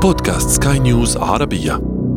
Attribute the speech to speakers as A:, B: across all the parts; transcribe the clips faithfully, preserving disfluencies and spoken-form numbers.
A: بودكاست سكاي نيوز عربية.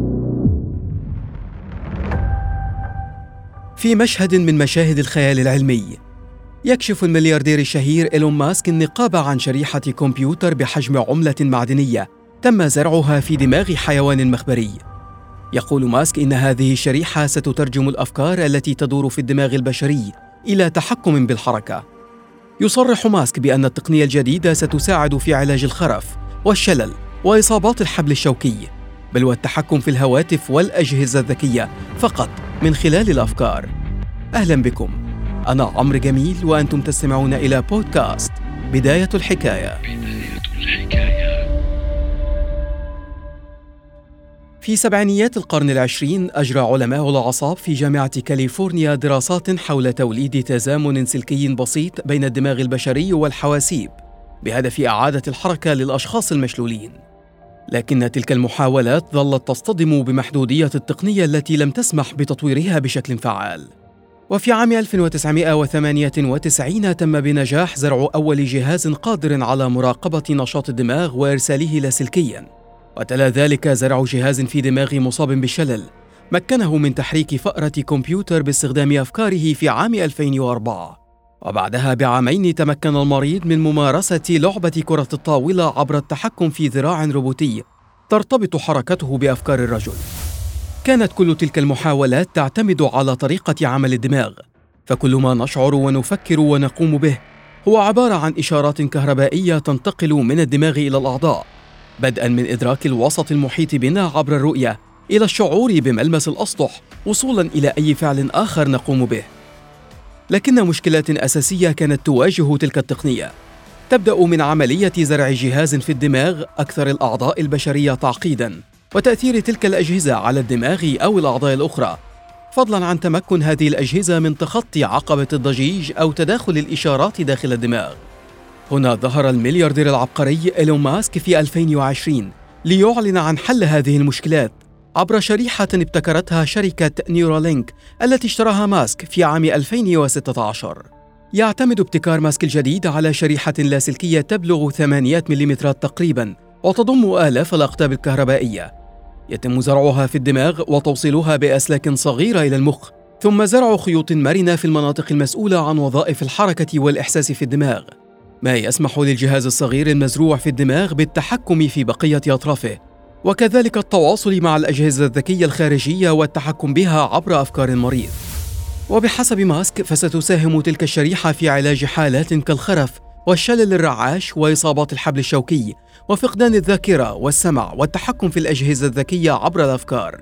B: في مشهد من مشاهد الخيال العلمي، يكشف الملياردير الشهير إيلون ماسك النقاب عن شريحة كمبيوتر بحجم عملة معدنية تم زرعها في دماغ حيوان مخبري. يقول ماسك إن هذه الشريحة ستترجم الأفكار التي تدور في الدماغ البشري إلى تحكم بالحركة. يصرح ماسك بأن التقنية الجديدة ستساعد في علاج الخرف والشلل وإصابات الحبل الشوكي، بل والتحكم في الهواتف والأجهزة الذكية فقط من خلال الأفكار. أهلا بكم، أنا عمرو جميل وأنتم تستمعون إلى بودكاست بداية الحكاية. بداية الحكاية. في سبعينيات القرن العشرين أجرى علماء الأعصاب في جامعة كاليفورنيا دراسات حول توليد تزامن سلكي بسيط بين الدماغ البشري والحواسيب بهدف إعادة الحركة للأشخاص المشلولين. لكن تلك المحاولات ظلت تصطدم بمحدودية التقنية التي لم تسمح بتطويرها بشكل فعال. وفي عام ألف وتسعمائة وثمانية وتسعين تم بنجاح زرع أول جهاز قادر على مراقبة نشاط الدماغ وإرساله لاسلكياً، وتلا ذلك زرع جهاز في دماغ مصاب بالشلل مكنه من تحريك فأرة كمبيوتر باستخدام أفكاره في عام ألفين وأربعة. وبعدها بعامين تمكن المريض من ممارسة لعبة كرة الطاولة عبر التحكم في ذراع روبوتي ترتبط حركته بأفكار الرجل. كانت كل تلك المحاولات تعتمد على طريقة عمل الدماغ، فكل ما نشعر ونفكر ونقوم به هو عبارة عن إشارات كهربائية تنتقل من الدماغ إلى الأعضاء، بدءاً من إدراك الوسط المحيط بنا عبر الرؤية إلى الشعور بملمس الأسطح وصولاً إلى أي فعل آخر نقوم به. لكن مشكلات أساسية كانت تواجه تلك التقنية، تبدأ من عملية زرع جهاز في الدماغ أكثر الأعضاء البشرية تعقيداً، وتأثير تلك الأجهزة على الدماغ أو الأعضاء الأخرى، فضلاً عن تمكن هذه الأجهزة من تخطي عقبة الضجيج أو تداخل الإشارات داخل الدماغ. هنا ظهر الملياردير العبقري إيلون ماسك في ألفين وعشرين ليعلن عن حل هذه المشكلات عبر شريحة ابتكرتها شركة نيورالينك التي اشتراها ماسك في عام ألفين وستة عشر. يعتمد ابتكار ماسك الجديد على شريحة لاسلكية تبلغ ثمانية مليمترات تقريباً وتضم آلاف الأقطاب الكهربائية. يتم زرعها في الدماغ وتوصيلها بأسلاك صغيرة إلى المخ، ثم زرع خيوط مرنة في المناطق المسؤولة عن وظائف الحركة والإحساس في الدماغ، ما يسمح للجهاز الصغير المزروع في الدماغ بالتحكم في بقية أطرافه، وكذلك التواصل مع الأجهزة الذكية الخارجية والتحكم بها عبر أفكار المريض. وبحسب ماسك فستساهم تلك الشريحة في علاج حالات كالخرف والشلل الرعاش وإصابات الحبل الشوكي وفقدان الذاكرة والسمع والتحكم في الأجهزة الذكية عبر الأفكار.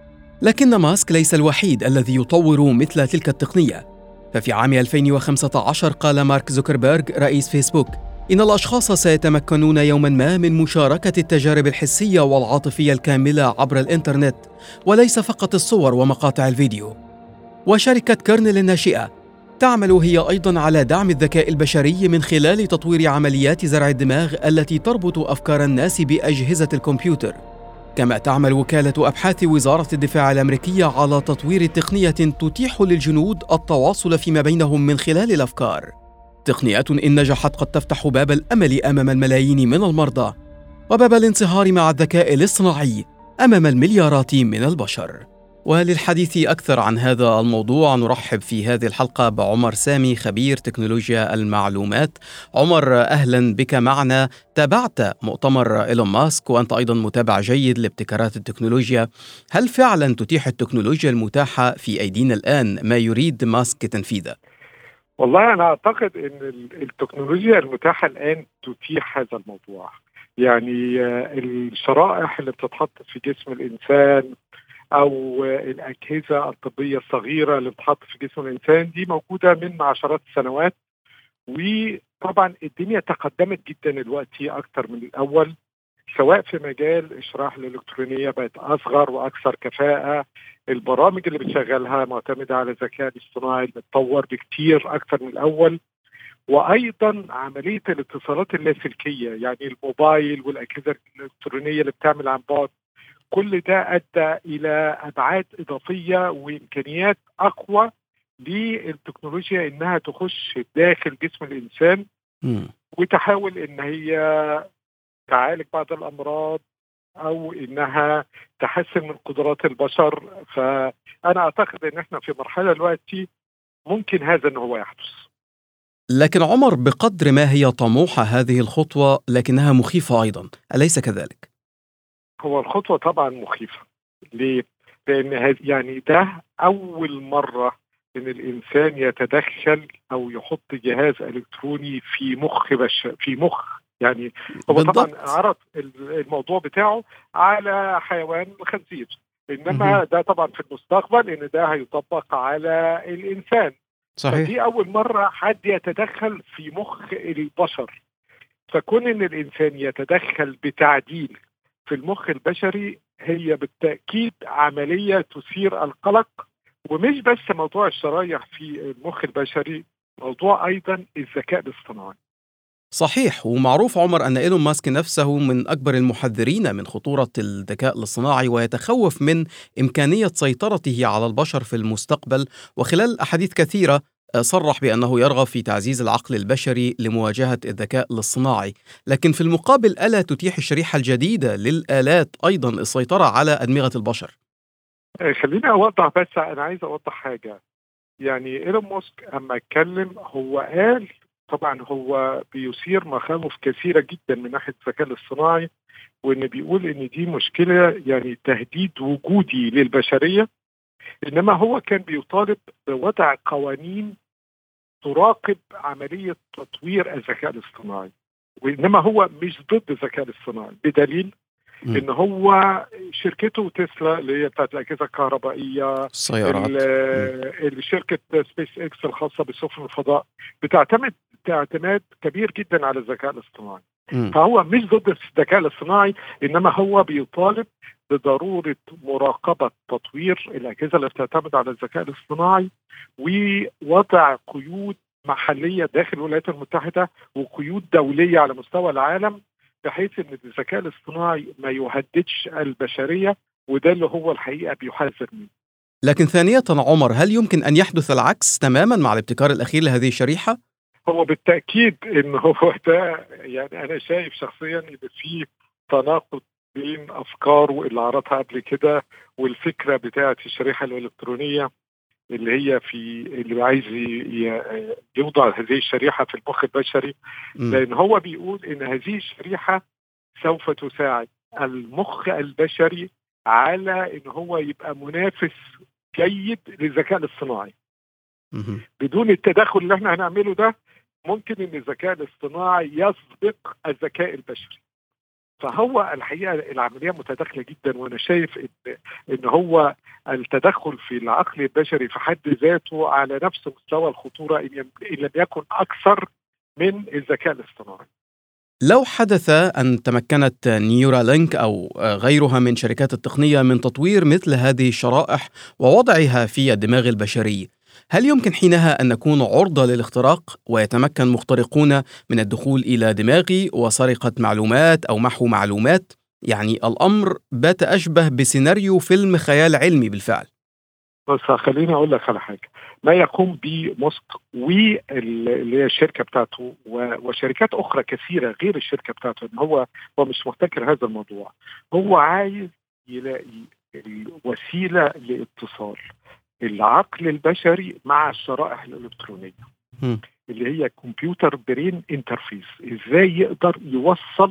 B: لكن ماسك ليس الوحيد الذي يطور مثل تلك التقنية، ففي عام ألفين وخمسة عشر قال مارك زوكربيرغ رئيس فيسبوك إن الأشخاص سيتمكنون يوماً ما من مشاركة التجارب الحسية والعاطفية الكاملة عبر الإنترنت، وليس فقط الصور ومقاطع الفيديو. وشركة كيرنل الناشئة تعمل هي أيضاً على دعم الذكاء البشري من خلال تطوير عمليات زرع الدماغ التي تربط أفكار الناس بأجهزة الكمبيوتر. كما تعمل وكالة أبحاث وزارة الدفاع الأمريكية على تطوير تقنية تتيح للجنود التواصل فيما بينهم من خلال الأفكار. تقنية إن نجحت قد تفتح باب الأمل أمام الملايين من المرضى، وباب الانصهار مع الذكاء الاصطناعي أمام المليارات من البشر. وللحديث أكثر عن هذا الموضوع نرحب في هذه الحلقة بعمر سامي، خبير تكنولوجيا المعلومات. عمر، أهلا بك معنا. تابعت مؤتمر إيلون ماسك وأنت أيضا متابع جيد لابتكارات التكنولوجيا. هل فعلا تتيح التكنولوجيا المتاحة في أيدينا الآن ما يريد ماسك تنفيذه؟
C: والله أنا أعتقد أن التكنولوجيا المتاحة الآن تتيح هذا الموضوع. يعني الشرائح اللي بتتحط في جسم الإنسان أو الأجهزة الطبية الصغيرة اللي بتحط في جسم الإنسان دي موجودة من عشرات السنوات، وطبعا الدنيا تقدمت جدا دلوقتي أكتر من الأول، سواء في مجال الشرائح الإلكترونية بقت أصغر وأكثر كفاءة، البرامج اللي بتشغلها معتمدة على الذكاء الاصطناعي بتطور بكتير أكتر من الأول، وأيضا عملية الاتصالات اللاسلكية يعني الموبايل والأجهزة الإلكترونية اللي بتعمل عن بعد، كل ده أدى إلى أبعاد إضافية وإمكانيات أقوى للتكنولوجيا إنها تخش داخل جسم الإنسان م. وتحاول إن هي تعالج بعض الأمراض أو إنها تحسن من قدرات البشر. فأنا أعتقد إن إحنا في مرحلة دلوقتي ممكن هذا إنه هو يحدث.
B: لكن عمر، بقدر ما هي طموحة هذه الخطوة لكنها مخيفة أيضا، أليس كذلك؟
C: هو الخطوة طبعا مخيفة. ليه؟ لأن هذ- يعني ده أول مرة إن الإنسان يتدخل أو يحط جهاز إلكتروني في مخ بش في مخ يعني. هو طبعا
B: بالضبط.
C: عرض ال- الموضوع بتاعه على حيوان الخنزير، إنما
B: مهم.
C: ده طبعا في المستقبل إن ده هيطبق على الإنسان.
B: صحيح.
C: فدي أول مرة حد يتدخل في مخ البشر. فكون إن الإنسان يتدخل بتعديل في المخ البشري هي بالتأكيد عملية تثير القلق. ومش بس موضوع الشرايح في المخ البشري، موضوع أيضا الذكاء الاصطناعي.
B: صحيح، ومعروف عمر أن إيلون ماسك نفسه من أكبر المحذرين من خطورة الذكاء الاصطناعي، ويتخوف من إمكانية سيطرته على البشر في المستقبل. وخلال أحاديث كثيرة آه، صرح بأنه يرغب في تعزيز العقل البشري لمواجهة الذكاء الاصطناعي. لكن في المقابل، ألا تتيح الشريحة الجديدة للآلات أيضا السيطرة على أدمغة البشر؟
C: آه، خليني أوضح، بس أنا عايز أوضح حاجة. يعني إيلون ماسك أما اتكلم هو قال طبعا هو بيثير مخاوف كثيرة جدا من ناحية الذكاء الاصطناعي، وإن بيقول إن دي مشكلة يعني تهديد وجودي للبشرية. إنما هو كان بيطالب بوضع قوانين تراقب عملية تطوير الذكاء الاصطناعي. وإنما هو مش ضد الذكاء الاصطناعي، بدليل
B: مم.
C: إن هو شركته تسلا اللي هي بتاعت الأجهزة الكهربائية،
B: السيارات. مم.
C: ال- الشركة سبيس إكس الخاصة بسفن الفضاء بتعتمد اعتماد كبير جدا على الذكاء الاصطناعي.
B: مم.
C: فهو مش ضد الذكاء الاصطناعي، إنما هو بيطالب بضرورة مراقبة تطوير الأجهزة اللي بتعتمد على الذكاء الاصطناعي، ووضع قيود محلية داخل الولايات المتحدة وقيود دولية على مستوى العالم، بحيث ان الذكاء الاصطناعي ما يهددش البشرية. وده اللي هو الحقيقة بيحذر منه.
B: لكن ثانية عمر، هل يمكن أن يحدث العكس تماما مع الابتكار الأخير لهذه الشريحة؟
C: هو بالتأكيد ان هو ده، يعني انا شايف شخصيا ان في تناقض بين افكاره اللي عرضها قبل كده والفكرة بتاعة الشريحة الالكترونية اللي هي في اللي عايز ي- يوضع هذه الشريحة في المخ البشري.
B: مم.
C: لان هو بيقول ان هذه الشريحة سوف تساعد المخ البشري على ان هو يبقى منافس جيد للذكاء الاصطناعي.
B: مهم.
C: بدون التدخل اللي احنا هنعمله ده ممكن ان الذكاء الاصطناعي يسبق الذكاء البشري. فهو الحقيقه العمليه متداخله جدا، وانا شايف ان ان هو التدخل في العقل البشري في حد ذاته على نفس مستوى الخطوره ان يم- إن لم يكن اكثر من الذكاء الاصطناعي.
B: لو حدث أن تمكنت نيورالينك أو غيرها من شركات التقنية من تطوير مثل هذه الشرائح ووضعها في الدماغ البشري، هل يمكن حينها أن نكون عرضة للاختراق ويتمكن مخترقون من الدخول إلى دماغي وسرقة معلومات أو محو معلومات؟ يعني الأمر بات أشبه بسيناريو فيلم خيال علمي بالفعل.
C: بس خليني اقول لك على حاجه. ما يقوم به ماسك واللي هي الشركه بتاعته و- وشركات اخرى كثيره غير الشركه بتاعته، ان هو هو مش محتكر هذا الموضوع. هو عايز يلاقي الوسيله لاتصال العقل البشري مع الشرائح الالكترونيه
B: هم.
C: اللي هي كمبيوتر برين انترفيس. ازاي يقدر يوصل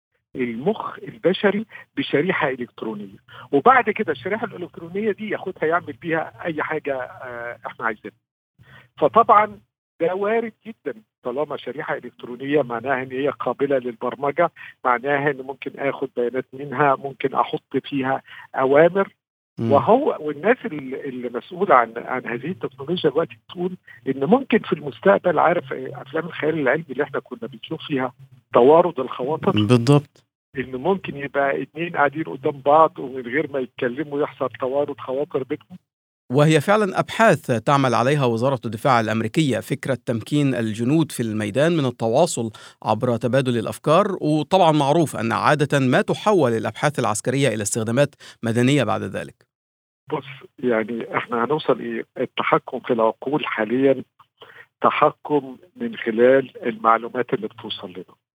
C: المخ البشري بشريحة إلكترونية، وبعد كده الشريحة الإلكترونية دي ياخدها يعمل بيها أي حاجة آه، إحنا عايزينها. فطبعا ده وارد جدا، طالما شريحة إلكترونية معناها إن هي قابلة للبرمجة، معناها إن ممكن آخد بيانات منها، ممكن أحط فيها أوامر.
B: هم.
C: وهو والناس اللي اللي مسؤولة عن عن هذه التكنولوجيا دلوقتي بتقول إن ممكن في المستقبل، عارف آه، أفلام الخيال العلمي اللي إحنا كنا بنشوف فيها توارد الخواطر،
B: بالضبط.
C: إن ممكن يبقى اتنين قاعدين قدام بعض ومن غير ما يتكلموا يحصل توارد خواطر بينهم.
B: وهي فعلا أبحاث تعمل عليها وزارة الدفاع الأمريكية، فكرة تمكين الجنود في الميدان من التواصل عبر تبادل الأفكار. وطبعا معروف أن عادة ما تحول الأبحاث العسكرية إلى استخدامات مدنية بعد ذلك.
C: بص، يعني احنا هنوصل ايه؟ التحكم في العقول حاليا تحكم من خلال المعلومات اللي بتوصل لنا.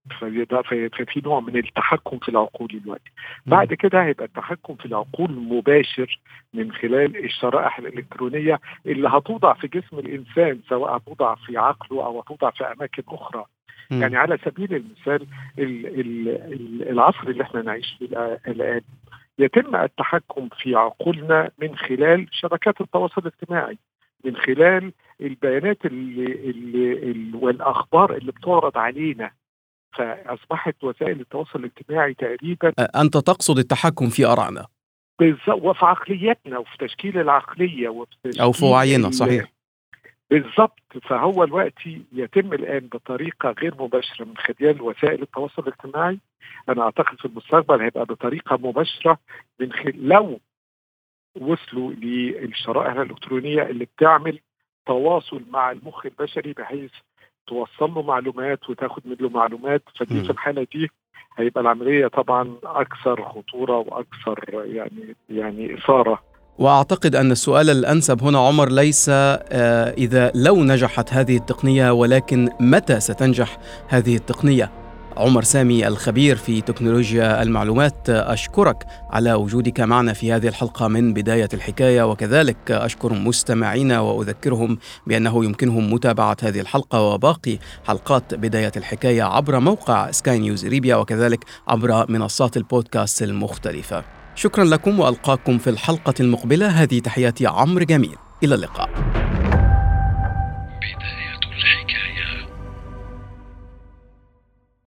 C: ففي نوع من التحكم في العقول دلوقتي. بعد كده هيبقى التحكم في العقول مباشر من خلال الشرائح الإلكترونية اللي هتوضع في جسم الإنسان، سواء هتوضع في عقله أو هتوضع في أماكن أخرى. م. يعني على سبيل المثال العصر اللي احنا نعيش فيه الآن يتم التحكم في عقولنا من خلال شبكات التواصل الاجتماعي، من خلال البيانات اللي اللي اللي والأخبار اللي بتعرض علينا. فأصبحت وسائل التواصل الاجتماعي تقريبا.
B: أنت تقصد التحكم في آرائنا
C: وفي عقليتنا وفي تشكيل العقلية وفي تشكيل
B: أو في وعينا. صحيح
C: بالضبط. فهو الوقت يتم الآن بطريقة غير مباشرة من خلال وسائل التواصل الاجتماعي. أنا أعتقد في المستقبل هيبقى بطريقة مباشرة من خلال لو وصلوا للشرائح الإلكترونية اللي بتعمل تواصل مع المخ البشري بحيث توصل له معلومات وتاخد منه معلومات. فدي م. في الحالة دي هيبقى العملية طبعا أكثر خطورة وأكثر يعني يعني إثارة.
B: وأعتقد أن السؤال الأنسب هنا عمر ليس إذا لو نجحت هذه التقنية، ولكن متى ستنجح هذه التقنية. عمر سامي الخبير في تكنولوجيا المعلومات، أشكرك على وجودك معنا في هذه الحلقة من بداية الحكاية، وكذلك أشكر مستمعينا وأذكرهم بأنه يمكنهم متابعة هذه الحلقة وباقي حلقات بداية الحكاية عبر موقع سكاي نيوز إريبيا، وكذلك عبر منصات البودكاست المختلفة. شكرا لكم وألقاكم في الحلقة المقبلة. هذه تحياتي عمرو جميل، إلى اللقاء.